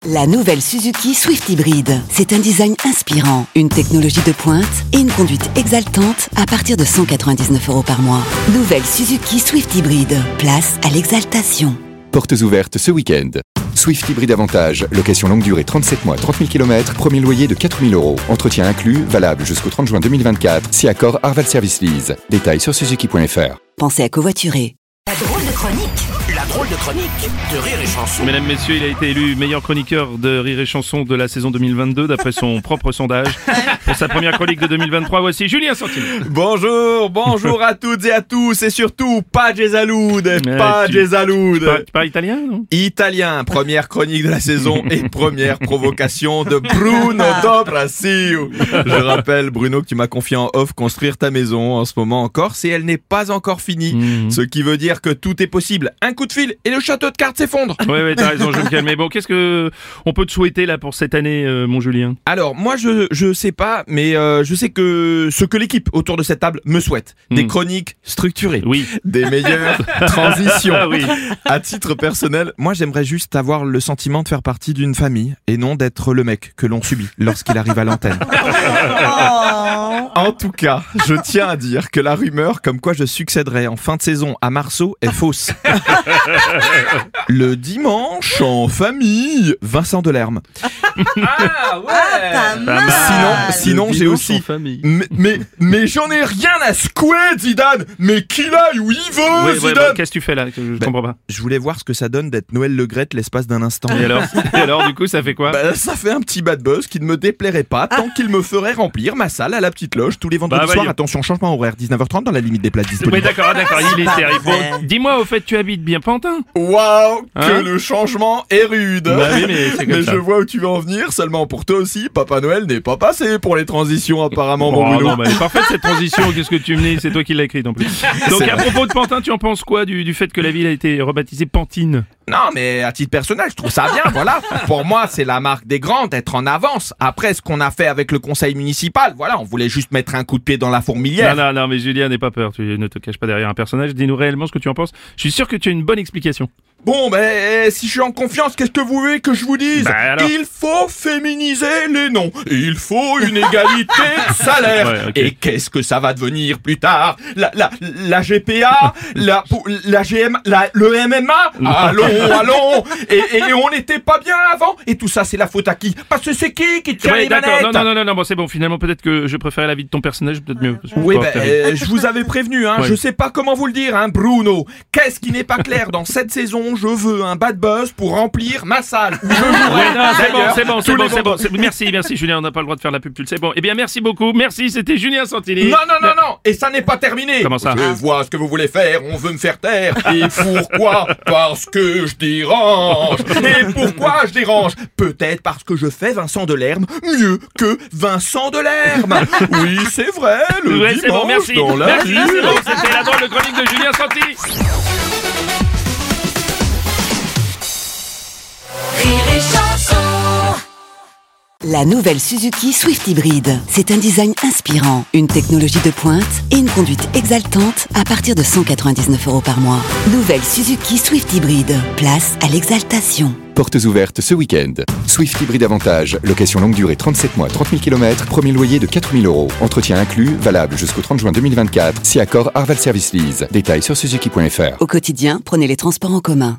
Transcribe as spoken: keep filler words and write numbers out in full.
La nouvelle Suzuki Swift Hybrid. C'est un design inspirant, une technologie de pointe et une conduite exaltante à partir de cent quatre-vingt-dix-neuf euros par mois. Nouvelle Suzuki Swift Hybrid. Place à l'exaltation. Portes ouvertes ce week-end. Swift Hybrid Avantage, location longue durée trente-sept mois, trente mille kilomètres, premier loyer de quatre mille euros. Entretien inclus, valable jusqu'au trente juin deux mille vingt-quatre, si accord Arval Service Lease. Détails sur suzuki point f r. Pensez à covoiturer. La drôle de chronique. La drôle de chronique de Rire et Chanson. Mesdames, Messieurs, il a été élu meilleur chroniqueur de Rire et Chanson de la saison deux mille vingt-deux d'après son propre sondage. Pour sa première chronique de deux mille vingt-trois, voici Julien Santini. Bonjour, bonjour à toutes et à tous et surtout pas Gesaloud, pas tu, Gesaloud. Tu, tu parles italien, non? Italien, première chronique de la saison et première provocation de Bruno Dobrasio. Je rappelle Bruno que tu m'as confié en off construire ta maison en ce moment en Corse et elle n'est pas encore finie. Mmh. Ce qui veut dire que tout est possible. Un coup de fil et le château de cartes s'effondre. Ouais, ouais, t'as raison, je vais me calmer. Bon, qu'est-ce que on peut te souhaiter là pour cette année, euh, mon Julien? Alors, moi, je je sais pas, mais euh, je sais que ce que l'équipe autour de cette table me souhaite. Des mmh. chroniques structurées. Oui. Des meilleures transitions. Ah, oui. À titre personnel, moi, j'aimerais juste avoir le sentiment de faire partie d'une famille et non d'être le mec que l'on subit lorsqu'il arrive à l'antenne. En tout cas, je tiens à dire que la rumeur comme quoi je succéderais en fin de saison à Marceau est fausse. Le dimanche, en famille, Vincent Delerme. Ah ouais. Sinon, sinon j'ai aussi. Mais, mais, mais j'en ai rien à secouer, Zidane. Mais qu'il aille où il veut, oui, Zidane. Ouais, bah, qu'est-ce que tu fais là? Je bah, comprends pas. Je voulais voir ce que ça donne d'être Noël Le Graët l'espace d'un instant. Et alors, et alors, du coup, ça fait quoi? Bah, ça fait un petit bad buzz qui ne me déplairait pas tant qu'il me ferait remplir ma salle à la petite loge tous les vendredis bah, soirs. Bah, attention, changement horaire, dix-neuf heures trente dans la limite des places disponibles. Oui, d'accord, d'accord, il est terrible. Bon, dis-moi, au fait, tu habites bien Pantin? Waouh, hein? Que le changement est rude. Bah oui, mais c'est comme mais ça. Je vois où tu veux en venir, seulement pour toi aussi, Papa Noël n'est pas passé pour les transitions apparemment, oh, mon Bruno. Non, bah, parfaite cette transition, qu'est-ce que tu me dis? C'est toi qui l'as écrite en plus. Donc à propos de Pantin, tu en penses quoi du, du fait que la ville a été rebaptisée Pantine? Non, mais à titre personnel, je trouve ça bien, voilà. Pour moi, c'est la marque des grands d'être en avance. Après, ce qu'on a fait avec le conseil municipal, voilà, on voulait juste mettre un coup de pied dans la fourmilière. Non, non, non, mais Julien, n'aie pas peur, tu ne te caches pas derrière un personnage, dis-nous réellement ce que tu en penses. Je suis sûr que tu as une bonne explication. Bon, ben, si je suis en confiance, qu'est-ce que vous voulez que je vous dise? Bah, il faut féminiser les noms. Il faut une égalité de salaire. Ouais, okay. Et qu'est-ce que ça va devenir plus tard? La, la, la G P A, la, la G M, la, le M M A? Allons, allons. Et, et on n'était pas bien avant. Et tout ça, c'est la faute à qui? Parce que c'est qui qui tient ouais, les d'accord. manettes? Non, non, non, non, bon, c'est bon. Finalement, peut-être que je préférais la vie de ton personnage, peut-être mieux. Oui, ben, euh, je vous avais prévenu, hein. Ouais. Je sais pas comment vous le dire, hein, Bruno. Qu'est-ce qui n'est pas clair dans cette saison? Je veux un bad buzz pour remplir ma salle. Je ouais, non, c'est bon, c'est bon, c'est bon, c'est bon, c'est bon. Merci, merci, Julien. On n'a pas le droit de faire la pub, tu le sais. Bon, eh bien, merci beaucoup. Merci, c'était Julien Santini. Non, non, non, non. Et ça n'est pas terminé. Comment ça? Je vois ce que vous voulez faire. On veut me faire taire. Et pourquoi? Parce que je dérange. Et pourquoi je dérange? Peut-être parce que je fais Vincent Delerme mieux que Vincent Delerme. Oui, c'est vrai. Le ouais, dimanche c'est bon, merci. dans la Merci, rue. c'est bon. C'était la drôle de chronique de Julien Santini. La nouvelle Suzuki Swift Hybrid. C'est un design inspirant, une technologie de pointe et une conduite exaltante à partir de cent quatre-vingt-dix-neuf euros par mois. Nouvelle Suzuki Swift Hybrid. Place à l'exaltation. Portes ouvertes ce week-end. Swift Hybrid Avantage, location longue durée trente-sept mois, trente mille kilomètres, premier loyer de quatre mille euros. Entretien inclus, valable jusqu'au trente juin deux mille vingt-quatre, si accord Arval Service Lease. Détails sur suzuki point f r. Au quotidien, prenez les transports en commun.